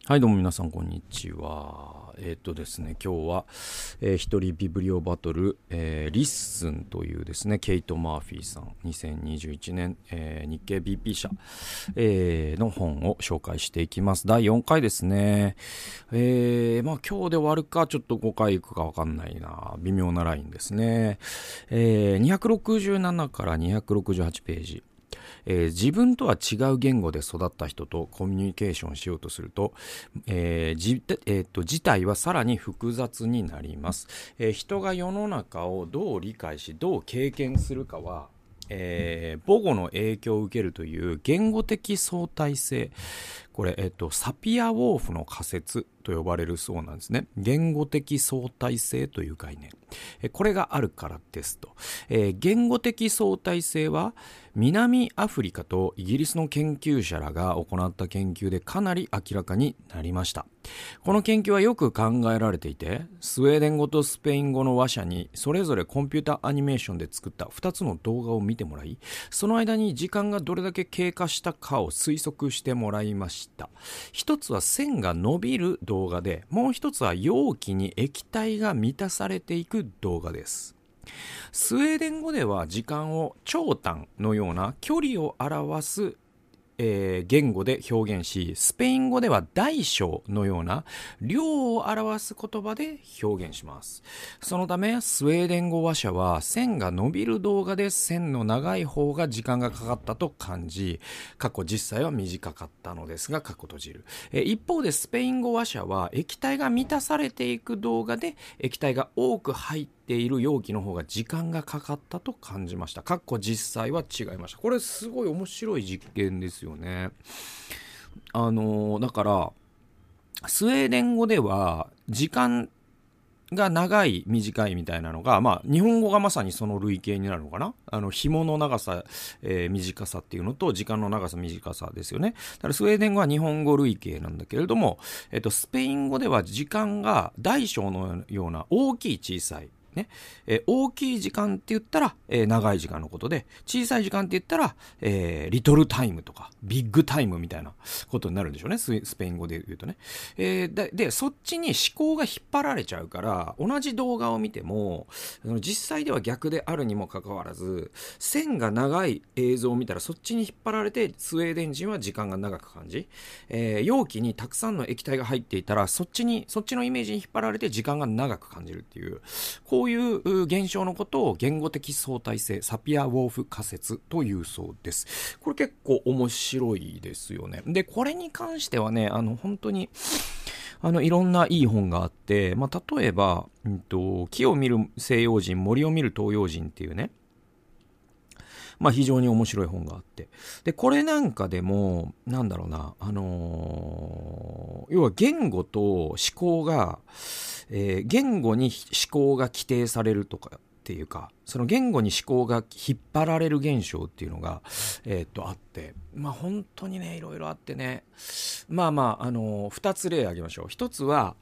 はい、どうも皆さんこんにちは。ですね、今日は、一人ビブリオバトル、リッスンというですね、ケイト・マーフィーさん、2021年、日経 BP 社、の本を紹介していきます。第4回ですね。今日で終わるか、ちょっと5回いくかわかんないな。微妙なラインですね。267から268ページ。自分とは違う言語で育った人とコミュニケーションしようとすると、事態はさらに複雑になります。人が世の中をどう理解しどう経験するかは、母語の影響を受けるという言語的相対性、これ、サピア・ウォーフの仮説と呼ばれるそうなんですね。言語的相対性という概念、これがあるからですと。言語的相対性は南アフリカとイギリスの研究者らが行った研究でかなり明らかになりました。この研究はよく考えられていて、スウェーデン語とスペイン語の話者にそれぞれコンピュータアニメーションで作った2つの動画を見てもらい、その間に時間がどれだけ経過したかを推測してもらいました。一つは線が伸びる動画で、もう一つは容器に液体が満たされていく動画です。スウェーデン語では時間を長短のような距離を表す言語で表現し、スペイン語では大小のような量を表す言葉で表現します。そのためスウェーデン語話者は線が伸びる動画で線の長い方が時間がかかったと感じ、過去実際は短かったのですが過去閉じる。一方でスペイン語話者は液体が満たされていく動画で液体が多く入っている容器の方が時間がかかったと感じました。過去実際は違いました。これすごい面白い実験ですよね。だからスウェーデン語では時間が長い短いみたいなのが、日本語がまさにその類型になるのかな。紐の長さ、短さっていうのと時間の長さ短さですよね。だからスウェーデン語は日本語類型なんだけれども、スペイン語では時間が大小のような大きい小さいね、大きい時間って言ったら、長い時間のことで、小さい時間って言ったら、リトルタイムとかビッグタイムみたいなことになるんでしょうね。スペイン語で言うとね。でそっちに思考が引っ張られちゃうから、同じ動画を見ても実際では逆であるにもかかわらず、線が長い映像を見たらそっちに引っ張られてスウェーデン人は時間が長く感じ、容器にたくさんの液体が入っていたらそっちのイメージに引っ張られて時間が長く感じるっていう、こういう現象のことを言語的相対性、サピア・ウォーフ仮説というそうです。これ結構面白いですよね。で、これに関してはね、本当にいろんないい本があって、例えば、木を見る西洋人、森を見る東洋人っていうね、非常に面白い本があって。で、これなんかでも、なんだろうな、要は言語と思考が、言語に思考が規定されるとかっていうか、その言語に思考が引っ張られる現象っていうのが、あって、本当にね、いろいろあってね、二つ例挙げましょう。一つは、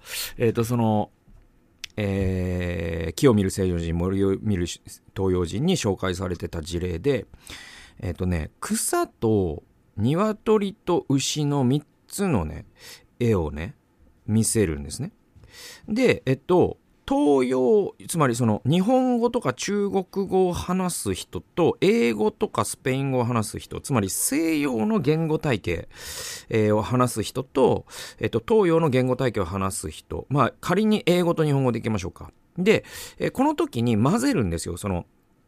木を見る西洋人、森を見る東洋人に紹介されてた事例で、草と鶏と牛の3つのね、絵をね、見せるんですね。で、東洋、つまりその日本語とか中国語を話す人と英語とかスペイン語を話す人、つまり西洋の言語体系、を話す人と、東洋の言語体系を話す人、仮に英語と日本語でいきましょうか。で、この時に混ぜるんですよ。その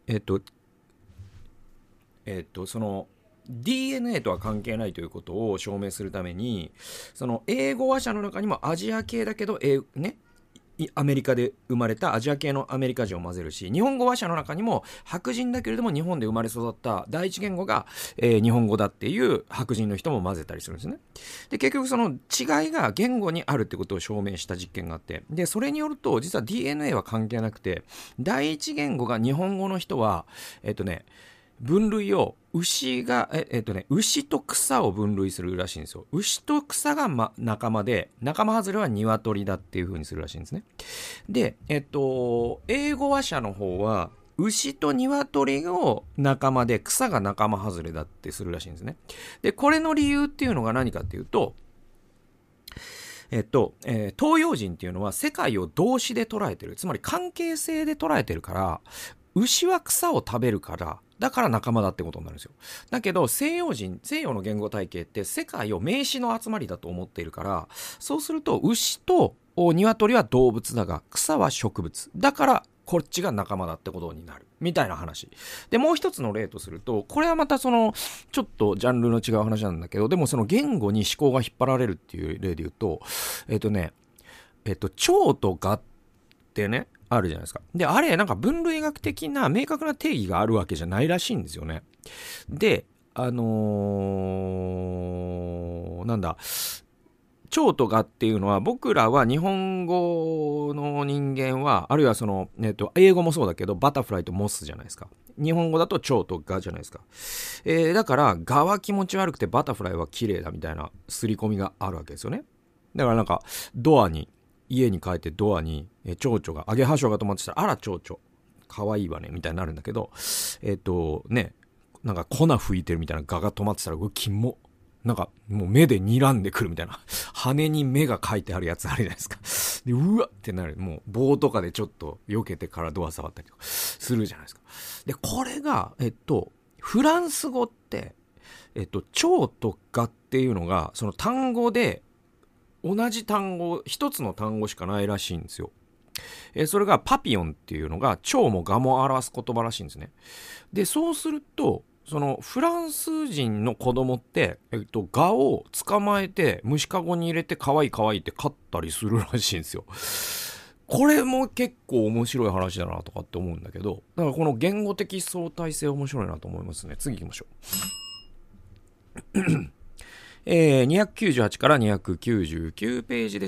DNA とは関係ないということを証明するために、その英語話者の中にもアジア系だけど、アメリカで生まれたアジア系のアメリカ人を混ぜるし、日本語話者の中にも白人だけれども日本で生まれ育った第一言語が、日本語だっていう白人の人も混ぜたりするんですね。で、結局その違いが言語にあるってことを証明した実験があって、でそれによると実は DNA は関係なくて、第一言語が日本語の人は分類を牛と草を分類するらしいんですよ。牛と草が、仲間で、仲間外れは鶏だっていう風にするらしいんですね。で、英語話者の方は牛と鶏を仲間で草が仲間外れだってするらしいんですね。で、これの理由っていうのが何かっていうと、 東洋人っていうのは世界を動詞で捉えてる。つまり関係性で捉えてるから、牛は草を食べるから、だから仲間だってことになるんですよ。だけど西洋の言語体系って世界を名詞の集まりだと思っているから、そうすると牛と鶏は動物だが草は植物。だからこっちが仲間だってことになる。みたいな話。で、もう一つの例とすると、これはまたちょっとジャンルの違う話なんだけど、でもその言語に思考が引っ張られるっていう例で言うと、蝶と蛾ってね、あるじゃないですか。で、あれ、なんか分類学的な明確な定義があるわけじゃないらしいんですよね。で、蝶と蛾っていうのは、僕らは日本語の人間は、あるいは英語もそうだけど、バタフライとモスじゃないですか。日本語だと蝶と蛾じゃないですか。だから、蛾は気持ち悪くてバタフライは綺麗だみたいな刷り込みがあるわけですよね。だからなんか、家に帰ってドアに蝶々が、アゲハチョウが止まってたら、あら蝶々、かわいいわね、みたいになるんだけど、なんか粉吹いてるみたいな蛾が止まってたら、キモ。なんかもう目で睨んでくるみたいな。羽に目が書いてあるやつあるじゃないですか。で、うわってなる。もう棒とかでちょっと避けてからドア触ったりとかするじゃないですか。で、これが、フランス語って、蝶と蛾っていうのが、その単語で、同じ単語、一つの単語しかないらしいんですよ。それがパピオンっていうのが蝶も蛾も表す言葉らしいんですね。で、そうすると、そのフランス人の子供って、蛾を捕まえて虫かごに入れて可愛い可愛いって飼ったりするらしいんですよ。これも結構面白い話だなとかって思うんだけど、だからこの言語的相対性面白いなと思いますね。次行きましょう。298から299ページです。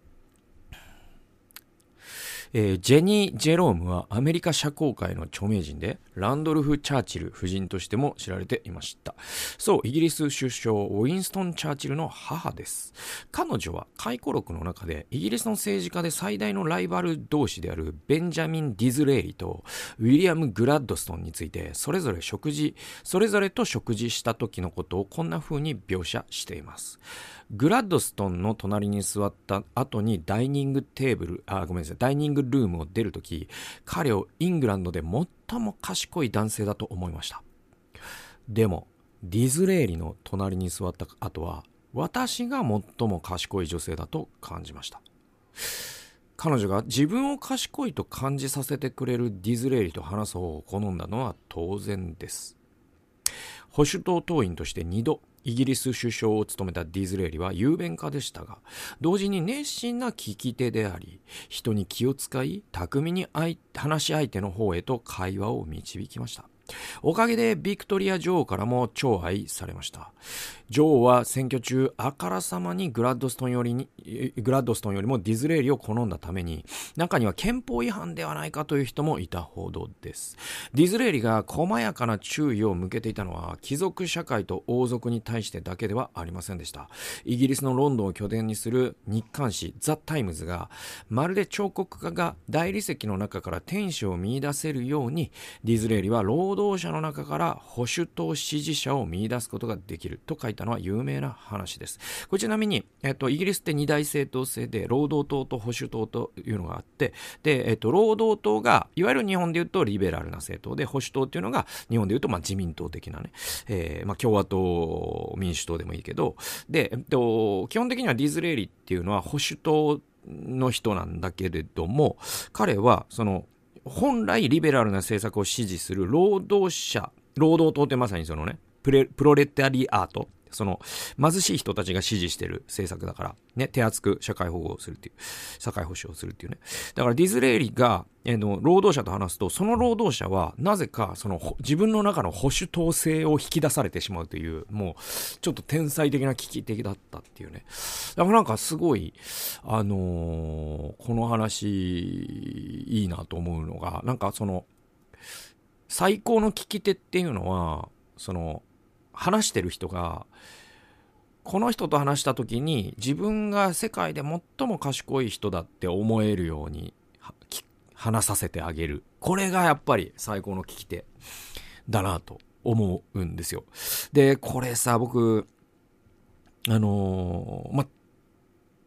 ジェニー・ジェロームはアメリカ社交界の著名人で、ランドルフ・チャーチル夫人としても知られていました。そう、イギリス首相ウィンストン・チャーチルの母です。彼女は回顧録の中でイギリスの政治家で最大のライバル同士であるベンジャミン・ディズレーリとウィリアム・グラッドストンについてそれぞれと食事した時のことをこんな風に描写しています。グラッドストンの隣に座った後にダイニングルームを出るとき、彼をイングランドで最も賢い男性だと思いました。でも、ディズレーリの隣に座った後は、私が最も賢い女性だと感じました。彼女が自分を賢いと感じさせてくれるディズレーリと話す方を好んだのは当然です。保守党党員として2度、イギリス首相を務めたディズレーリは雄弁家でしたが、同時に熱心な聞き手であり、人に気を使い、巧みに話し相手の方へと会話を導きました。おかげでビクトリア女王からも寵愛されました。女王は選挙中あからさまにグラッドストンよりもディズレーリを好んだために、中には憲法違反ではないかという人もいたほどです。ディズレーリが細やかな注意を向けていたのは貴族社会と王族に対してだけではありませんでした。イギリスのロンドンを拠点にする日刊誌ザ・タイムズが、まるで彫刻家が大理石の中から天使を見出せるように、ディズレーリは労働者の中から保守党支持者を見出すことができると書いたのは有名な話です。これちなみに、イギリスって二大政党制で労働党と保守党というのがあって、で、労働党がいわゆる日本でいうとリベラルな政党で、保守党っていうのが日本でいうと自民党的なね、共和党民主党でもいいけど、で、基本的にはディズレーリっていうのは保守党の人なんだけれども、彼は本来リベラルな政策を支持する労働党ってまさにプロレタリアート、貧しい人たちが支持している政策だから、ね、手厚く社会保障をするっていうね。だからディズレーリが、労働者と話すと、その労働者は、なぜか、自分の中の保守党性を引き出されてしまうという、もう、ちょっと天才的な危機的だったっていうね。だからなんかすごい、この話、いいなと思うのが、なんか最高の聞き手っていうのは、話してる人がこの人と話した時に自分が世界で最も賢い人だって思えるように話させてあげる。これがやっぱり最高の聞き手だなと思うんですよ。で、これさ、僕卓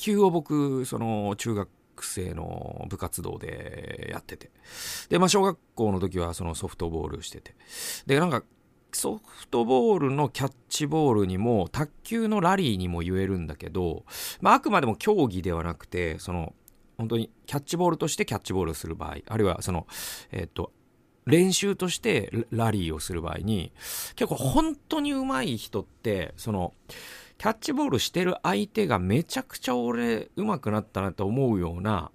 球を僕、その中学生の部活動でやってて、で、小学校の時はそのソフトボールしてて、で、なんかソフトボールのキャッチボールにも卓球のラリーにも言えるんだけど、あくまでも競技ではなくて、その本当にキャッチボールとしてキャッチボールをする場合、あるいはその練習としてラリーをする場合に、結構本当に上手い人って、そのキャッチボールしてる相手がめちゃくちゃ俺上手くなったなと思うような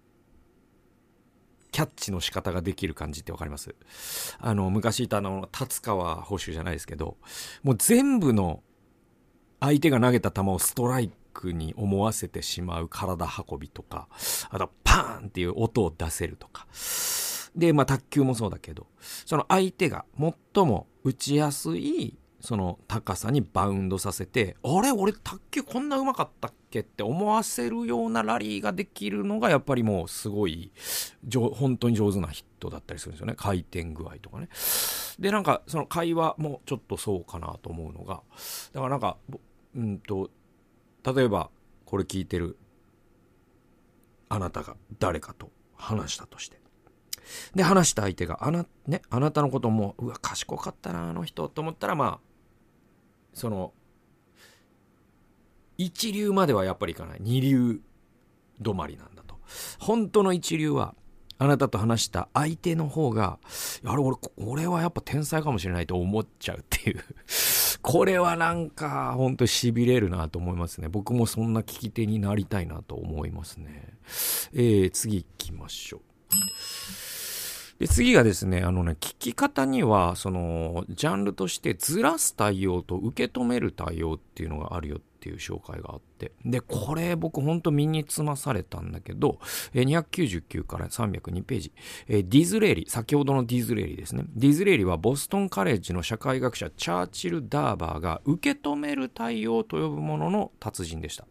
キャッチの仕方ができる感じってわかります？昔いた達川捕手じゃないですけど、もう全部の相手が投げた球をストライクに思わせてしまう体運びとか、あとパーンっていう音を出せるとか。で、卓球もそうだけど、その相手が最も打ちやすいその高さにバウンドさせて、あれ俺卓球こんな上手かったっけって思わせるようなラリーができるのがやっぱりもうすごい本当に上手な人だったりするんですよね。回転具合とかね。で、なんかその会話もちょっとそうかなと思うのが、だからなんか例えばこれ聞いてるあなたが誰かと話したとして、で話した相手があなたのこともうわ賢かったなあの人と思ったら、その一流まではやっぱりいかない、二流止まりなんだと。本当の一流はあなたと話した相手の方が、俺はやっぱ天才かもしれないと思っちゃうっていうこれはなんか本当に痺れるなと思いますね。僕もそんな聞き手になりたいなと思いますね。次行きましょう。で、次がですね、聞き方には、その、ジャンルとしてずらす対応と受け止める対応っていうのがあるよっていう紹介があって。で、これ僕ほんと身につまされたんだけど、299から302ページ。ディズレーリ、先ほどのディズレーリですね。ディズレーリはボストンカレッジの社会学者チャーチル・ダーバーが受け止める対応と呼ぶものの達人でした。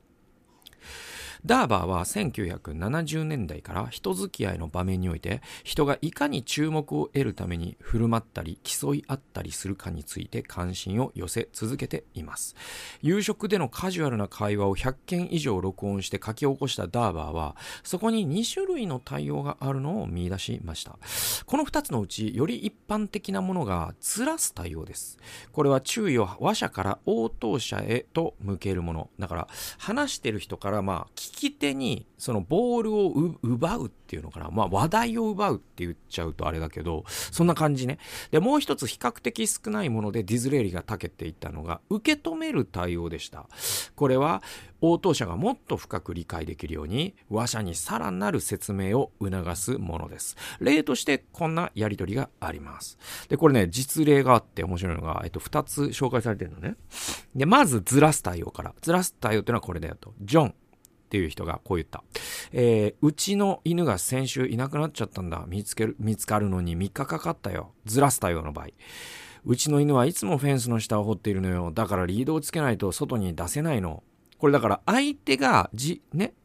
ダーバーは1970年代から人付き合いの場面において人がいかに注目を得るために振る舞ったり競い合ったりするかについて関心を寄せ続けています。夕食でのカジュアルな会話を100件以上録音して書き起こしたダーバーはそこに2種類の対応があるのを見出しました。この2つのうちより一般的なものがずらす対応です。これは注意を話者から応答者へと向けるものだから、話してる人から聞き手にそのボールを奪うっていうのかな、話題を奪うって言っちゃうとあれだけど、そんな感じね。で、もう一つ比較的少ないものでディズレーリが長けていたのが受け止める対応でした。これは応答者がもっと深く理解できるように話者にさらなる説明を促すものです。例としてこんなやり取りがあります。で、これね、実例があって面白いのが、2つ紹介されてるのね。で、まずずらす対応から。ずらす対応っていうのはこれだよと。ジョンっていう人がこう言った。うちの犬が先週いなくなっちゃったんだ。見つかるのに3日かかったよ。ずらす対応の場合。うちの犬はいつもフェンスの下を掘っているのよ。だからリードをつけないと外に出せないの。これだから相手がジ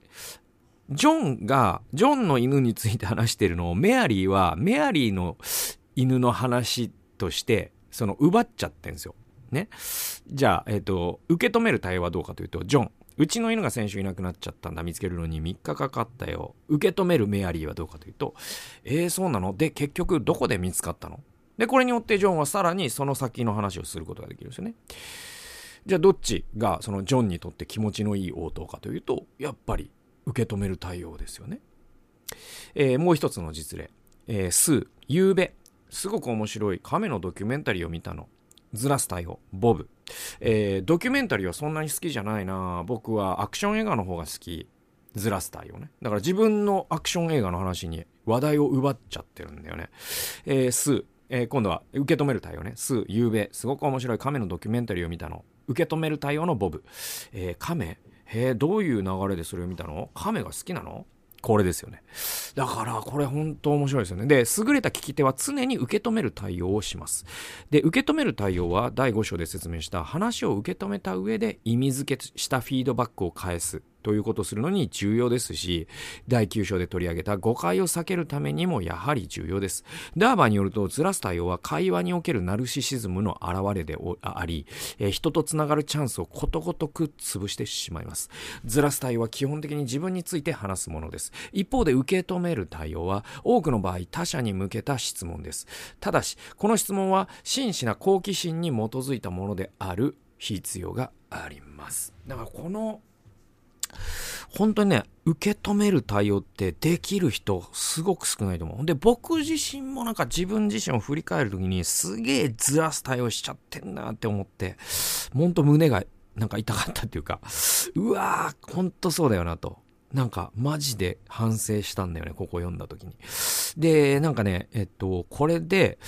ョンの犬について話しているのをメアリーの犬の話としてその奪っちゃってんですよ。ね。じゃあ、受け止める対応はどうかというと、ジョン。うちの犬が先週いなくなっちゃったんだ。見つけるのに3日かかったよ。受け止めるメアリーはどうかというと、そうなの？で、結局どこで見つかったの？で、これによってジョンはさらにその先の話をすることができるんですよね。じゃあどっちがそのジョンにとって気持ちのいい応答かというと、やっぱり受け止める対応ですよね。もう一つの実例。夕べ、すごく面白い亀のドキュメンタリーを見たの。ずらす対応、ボブ。ドキュメンタリーはそんなに好きじゃないな。僕はアクション映画の方が好き。ずらす対応ね。だから自分のアクション映画の話に話題を奪っちゃってるんだよね。今度は受け止める対応ね。夕べ、すごく面白い亀のドキュメンタリーを見たの。受け止める対応のボブ。亀？どういう流れでそれを見たの？亀が好きなの？これですよね。だからこれ本当面白いですよね。で、優れた聞き手は常に受け止める対応をします。で、受け止める対応は第5章で説明した話を受け止めた上で意味付けしたフィードバックを返すとということをするのに重要ですし、第9章で取り上げた誤解を避けるためにもやはり重要です。ダーバーによると、ずらす対応は会話におけるナルシシズムの表れであり、人とつながるチャンスをことごとく潰してしまいます。ずらす対応は基本的に自分について話すものです。一方で受け止める対応は多くの場合他者に向けた質問です。ただし、この質問は真摯な好奇心に基づいたものである必要があります。だから本当にね、受け止める対応ってできる人すごく少ないと思う。で、僕自身もなんか自分自身を振り返るときにすげえずらす対応しちゃってんなって思って、本当胸がなんか痛かったっていうか、うわー、本当そうだよなと。なんかマジで反省したんだよね、ここ読んだときに。で、なんかね、これで、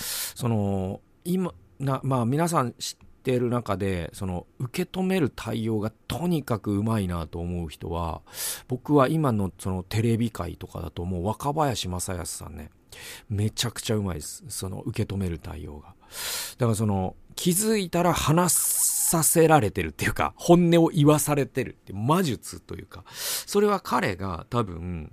まあ皆さん知ってる中で、受け止める対応がとにかくうまいなと思う人は、僕は今のテレビ界とかだともう若林正康さんね、めちゃくちゃうまいです。受け止める対応が。だから気づいたら話させられてるっていうか、本音を言わされてるっていう魔術というか、それは彼が多分、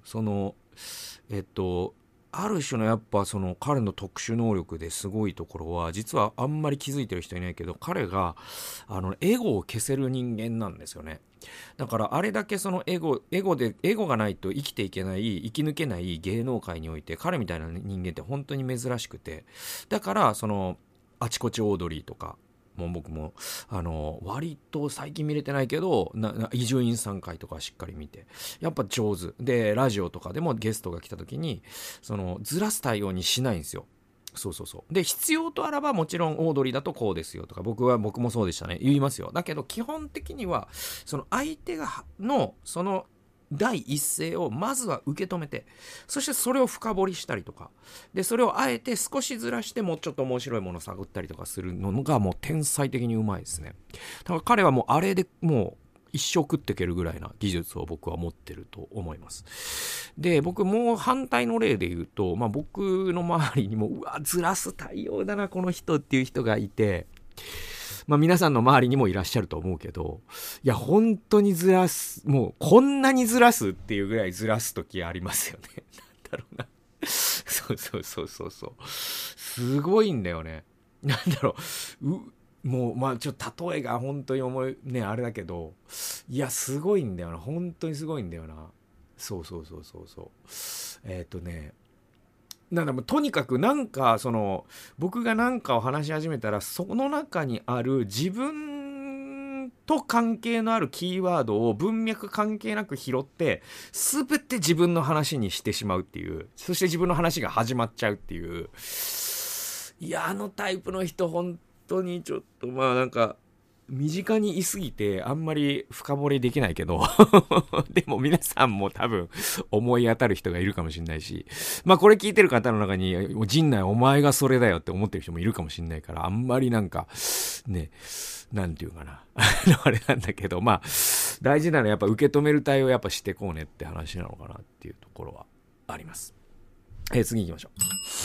ある種のやっぱ彼の特殊能力ですごいところは、実はあんまり気づいてる人いないけど、彼がエゴを消せる人間なんですよね。だからあれだけエゴがないと生きていけない、生き抜けない芸能界において彼みたいな人間って本当に珍しくて、だからあちこちオードリーとかもう僕も割と最近見れてないけど伊集院さん回とかしっかり見て、やっぱ上手で、ラジオとかでもゲストが来た時にずらす対応にしないんですよ。そうで、必要とあらばもちろんオードリーだとこうですよとか、僕もそうでしたね、言いますよ。だけど基本的には相手がの第一声をまずは受け止めて、そしてそれを深掘りしたりとかで、それをあえて少しずらしてもうちょっと面白いものを探ったりとかするのがもう天才的にうまいですね。だから彼はもうあれでもう一生食っていけるぐらいな技術を僕は持ってると思います。で、僕もう反対の例で言うと、僕の周りにもずらす対応だなこの人っていう人がいて、皆さんの周りにもいらっしゃると思うけど、いや本当にずらす、もうこんなにずらすっていうぐらいずらす時ありますよね。なんだろうな。そうすごいんだよね。なんだろう、もうちょっと例えが本当にあれだけど、いやすごいんだよな、本当にすごいんだよな。そうなんだ、とにかくなんか僕がなんかを話し始めたら、その中にある自分と関係のあるキーワードを文脈関係なく拾って全て自分の話にしてしまうっていう、そして自分の話が始まっちゃうっていう、いやタイプの人本当にちょっとなんか身近にいすぎてあんまり深掘りできないけどでも皆さんも多分思い当たる人がいるかもしれないし、これ聞いてる方の中に陣内お前がそれだよって思ってる人もいるかもしれないから、あんまりなんかね、なんていうかなあれなんだけど、大事なのはやっぱ受け止める対応をやっぱしてこうねって話なのかなっていうところはあります。次行きましょ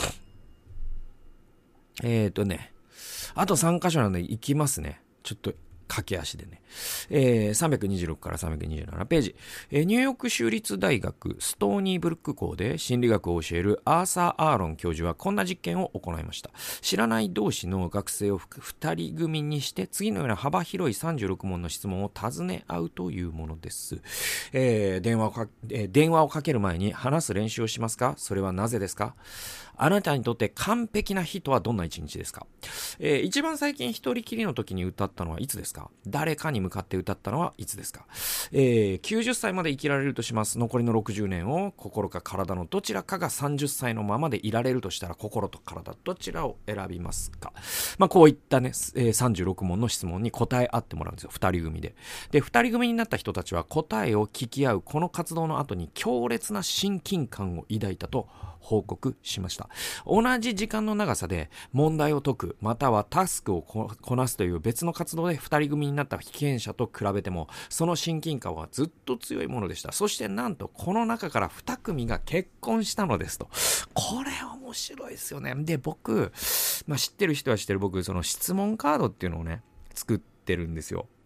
う。あと3箇所なので行きますね。ちょっと駆け足でね。326から327ページ。ニューヨーク州立大学ストーニーブルック校で心理学を教えるアーサー・アーロン教授はこんな実験を行いました。知らない同士の学生を2人組にして次のような幅広い36問の質問を尋ね合うというものです。電話をかける前に話す練習をしますか？それはなぜですか？あなたにとって完璧な日とはどんな一日ですか？一番最近一人きりの時に歌ったのはいつですか？誰かに向かって歌ったのはいつですか？90歳まで生きられるとします。残りの60年を心か体のどちらかが30歳のままでいられるとしたら、心と体どちらを選びますか？こういったね、36問の質問に答え合ってもらうんですよ、2人組で。で、2人組になった人たちは答えを聞き合うこの活動の後に強烈な親近感を抱いたと報告しました。同じ時間の長さで問題を解く、またはタスクをこなすという別の活動で2人組になった被験者と比べても、その親近感はずっと強いものでした。そしてなんとこの中から2組が結婚したのですと。これ面白いですよね。で、僕、知ってる人は知ってる、僕その質問カードっていうのをね作ってるんですよ。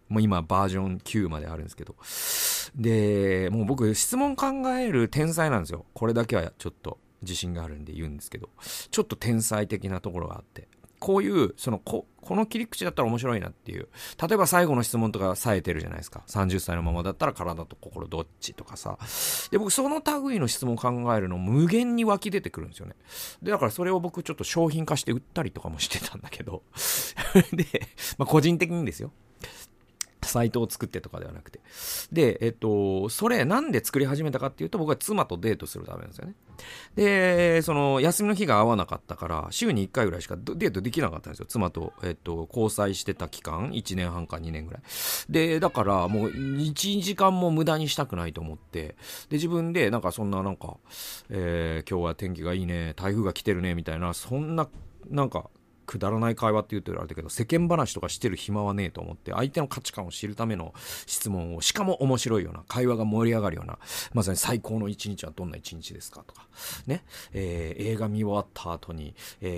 もう今バージョン9まであるんですけど。で、もう僕質問考える天才なんですよ。これだけはちょっと自信があるんで言うんですけど、ちょっと天才的なところがあって。こういう、この切り口だったら面白いなっていう。例えば最後の質問とか冴えてるじゃないですか。30歳のままだったら体と心どっちとかさ。で、僕その類の質問を考えるの無限に湧き出てくるんですよね。で、だからそれを僕ちょっと商品化して売ったりとかもしてたんだけど。で、個人的にですよ。サイトを作ってとかではなくて。で、それなんで作り始めたかっていうと、僕は妻とデートするためなんですよね。で、休みの日が合わなかったから、週に1回ぐらいしかデートできなかったんですよ。妻と、交際してた期間、1年半か2年ぐらい。で、だからもう1時間も無駄にしたくないと思って、で、自分で今日は天気がいいね、台風が来てるね、みたいな、そんな、くだらない会話って言うとあれだけど、世間話とかしてる暇はねえと思って、相手の価値観を知るための質問を、しかも面白いような、会話が盛り上がるような、まさに最高の一日はどんな一日ですかとか、ね、映画見終わった後に、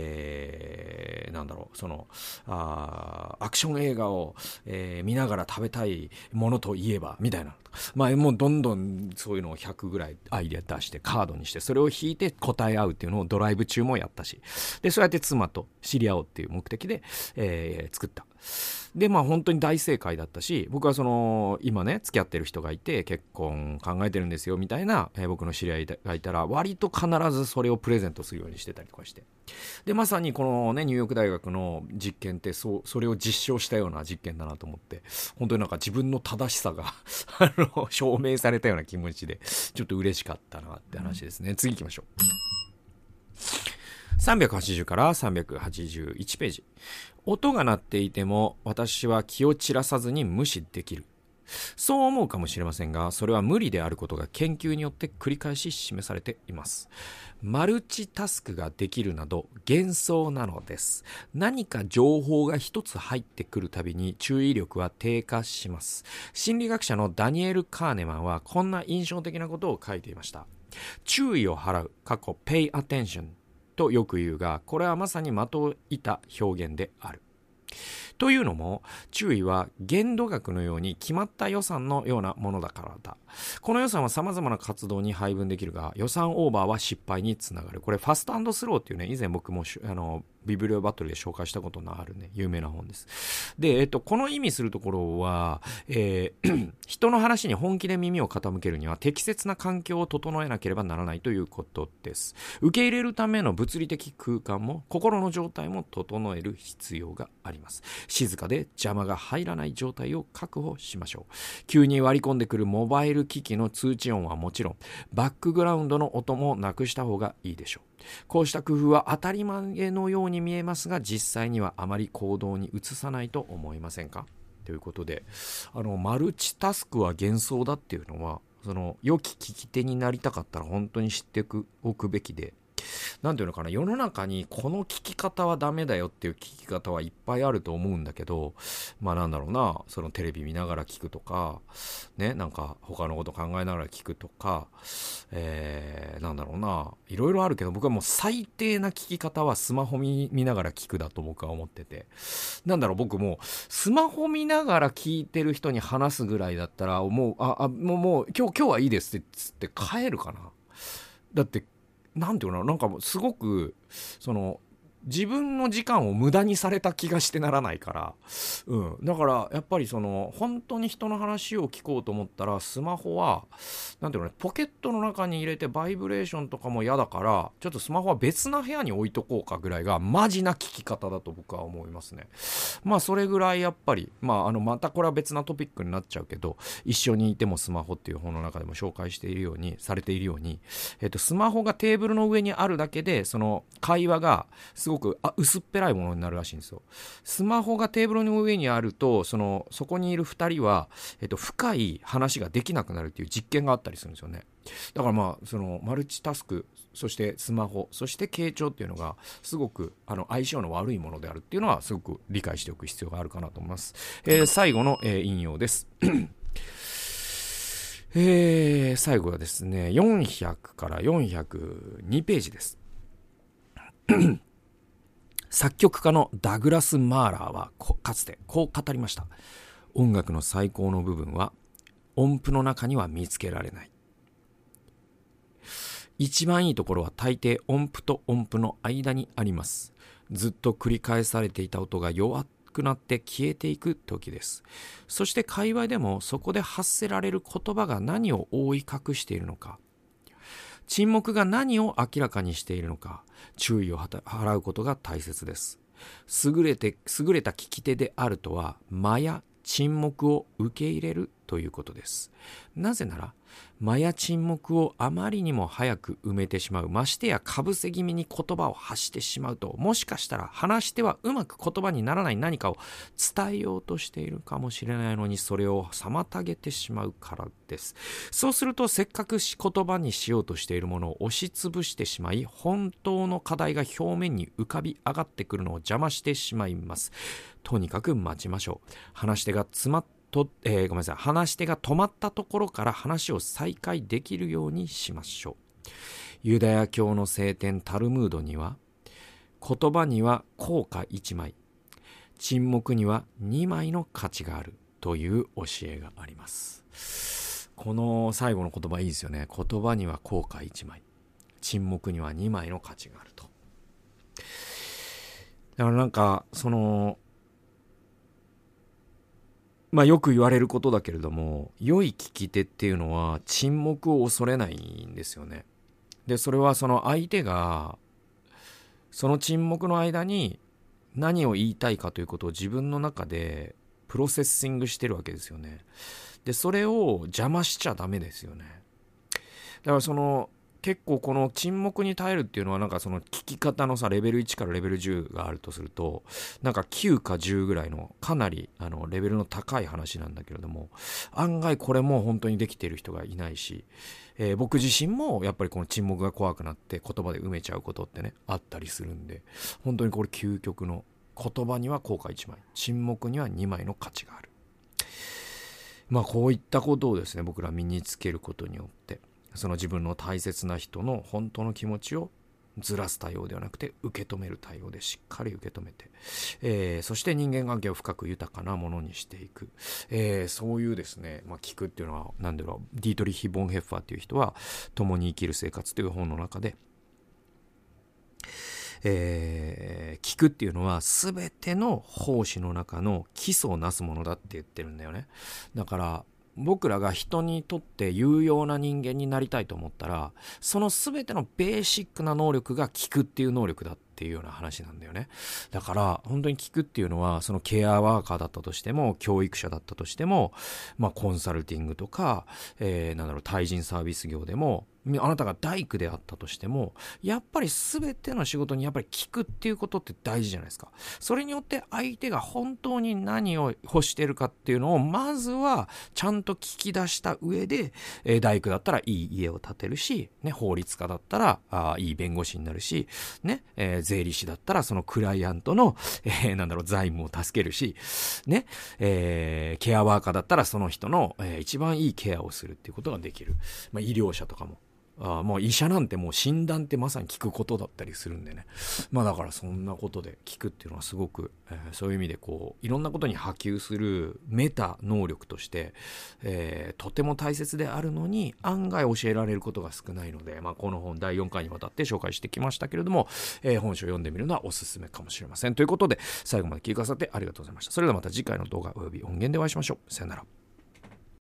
アクション映画を、見ながら食べたいものといえば、みたいな。もうどんどんそういうのを100ぐらいアイデア出してカードにして、それを引いて答え合うっていうのをドライブ中もやったし、で、そうやって妻と知り合おうっていう目的で、作った。で、本当に大正解だったし、僕は今ね、付き合ってる人がいて、結婚考えてるんですよ、みたいな、僕の知り合いがいたら、割と必ずそれをプレゼントするようにしてたりとかして。で、まさにこのね、ニューヨーク大学の実験って、それを実証したような実験だなと思って、本当に自分の正しさが証明されたような気持ちで、ちょっと嬉しかったなって話ですね。次行きましょう。380から381ページ。音が鳴っていても私は気を散らさずに無視できる。そう思うかもしれませんが、それは無理であることが研究によって繰り返し示されています。マルチタスクができるなど幻想なのです。何か情報が一つ入ってくるたびに注意力は低下します。心理学者のダニエル・カーネマンはこんな印象的なことを書いていました。注意を払う、pay attentionとよく言うが、これはまさに的を射た表現である。というのも、注意は限度額のように決まった予算のようなものだからだ。この予算は様々な活動に配分できるが、予算オーバーは失敗につながる。これ、ファスト&スローっていうね、以前僕もビブリオバトルで紹介したことのあるね、有名な本です。で、この意味するところは、人の話に本気で耳を傾けるには適切な環境を整えなければならないということです。受け入れるための物理的空間も心の状態も整える必要があります。静かで邪魔が入らない状態を確保しましょう。急に割り込んでくるモバイル機器の通知音はもちろん、バックグラウンドの音もなくした方がいいでしょう。こうした工夫は当たり前のように見えますが、実際にはあまり行動に移さないと思いませんか？ということで、マルチタスクは幻想だっていうのは、良き聞き手になりたかったら本当に知っておくべきで、なんていうのかな、世の中にこの聞き方はダメだよっていう聞き方はいっぱいあると思うんだけど、テレビ見ながら聞くとか、ね、他のこと考えながら聞くとか、いろいろあるけど、僕はもう最低な聞き方はスマホ見ながら聞くだと僕は思ってて、僕もスマホ見ながら聞いてる人に話すぐらいだったら、もう今日はいいですってつって帰るかな。だってなんていうの、すごく自分の時間を無駄にされた気がしてならないから、だからやっぱり本当に人の話を聞こうと思ったら、スマホはポケットの中に入れてバイブレーションとかも嫌だから、ちょっとスマホは別な部屋に置いとこうかぐらいがマジな聞き方だと僕は思いますね。それぐらいやっぱりまたこれは別なトピックになっちゃうけど、一緒にいてもスマホっていう本の中でも紹介しているようにされているように、スマホがテーブルの上にあるだけで会話がすごく薄っぺらいものになるらしいんですよ。スマホがテーブルの上にあるとそこにいる2人は、深い話ができなくなるっていう実験があったりするんですよね。だからマルチタスク、そしてスマホ、そして傾聴っていうのがすごく相性の悪いものであるっていうのはすごく理解しておく必要があるかなと思います。最後の、引用です最後はですね、400から402ページです作曲家のダグラス・マーラーはかつてこう語りました。 音楽の最高の部分は音符の中には見つけられない。一番いいところは大抵音符と音符の間にあります。ずっと繰り返されていた音が弱くなって消えていく時です。そして界隈でもそこで発せられる言葉が何を覆い隠しているのか、沈黙が何を明らかにしているのか、注意を払うことが大切です。優れた聞き手であるとは、間や沈黙を受け入れるということです。なぜなら、間や沈黙をあまりにも早く埋めてしまう、ましてやかぶせ気味に言葉を発してしまうと、もしかしたら話し手はうまく言葉にならない何かを伝えようとしているかもしれないのに、それを妨げてしまうからです。そうすると、せっかく言葉にしようとしているものを押しつぶしてしまい、本当の課題が表面に浮かび上がってくるのを邪魔してしまいます。とにかく待ちましょう。話し手が話し手が止まったところから話を再開できるようにしましょう。ユダヤ教の聖典タルムードには、言葉には硬貨1枚、沈黙には2枚の価値があるという教えがあります。この最後の言葉いいですよね。言葉には硬貨1枚、沈黙には2枚の価値があると。だからなんかよく言われることだけれども、良い聞き手っていうのは沈黙を恐れないんですよね。で、それはその相手がその沈黙の間に何を言いたいかということを自分の中でプロセッシングしてるわけですよね。で、それを邪魔しちゃダメですよね。だから結構この沈黙に耐えるっていうのは、なんかその聞き方のレベル1からレベル10があるとすると、なんか9か10ぐらいのかなりレベルの高い話なんだけれども、案外これも本当にできている人がいないし、僕自身もやっぱりこの沈黙が怖くなって言葉で埋めちゃうことってね、あったりするんで、本当にこれ究極の、言葉には硬貨1枚、沈黙には2枚の価値がある。こういったことをですね、僕ら身につけることによって、その自分の大切な人の本当の気持ちをずらす対応ではなくて、受け止める対応でしっかり受け止めて、そして人間関係を深く豊かなものにしていく、そういうですね、聞くっていうのはディートリヒ・ボンヘッファーっていう人は共に生きる生活という本の中で、聞くっていうのは全ての奉仕の中の基礎をなすものだって言ってるんだよね。だから僕らが人にとって有用な人間になりたいと思ったら、その全てのベーシックな能力が聞くっていう能力だっていうような話なんだよね。だから本当に聞くっていうのは、そのケアワーカーだったとしても、教育者だったとしても、コンサルティングとか、対人サービス業でも、あなたが大工であったとしても、やっぱり全ての仕事にやっぱり聞くっていうことって大事じゃないですか。それによって相手が本当に何を欲しているかっていうのをまずはちゃんと聞き出した上で、大工だったらいい家を建てるし、法律家だったらいい弁護士になるし、税理士だったらそのクライアントの、財務を助けるし、ケアワーカーだったらその人の、一番いいケアをするっていうことができる。医療者とかも。もう医者なんてもう診断ってまさに聞くことだったりするんでね。だからそんなことで聞くっていうのはすごく、そういう意味でいろんなことに波及するメタ能力として、とても大切であるのに案外教えられることが少ないので、この本第4回にわたって紹介してきましたけれども、本書を読んでみるのはおすすめかもしれません。ということで最後まで聞いてくださってありがとうございました。それではまた次回の動画および音源でお会いしましょう。さよなら。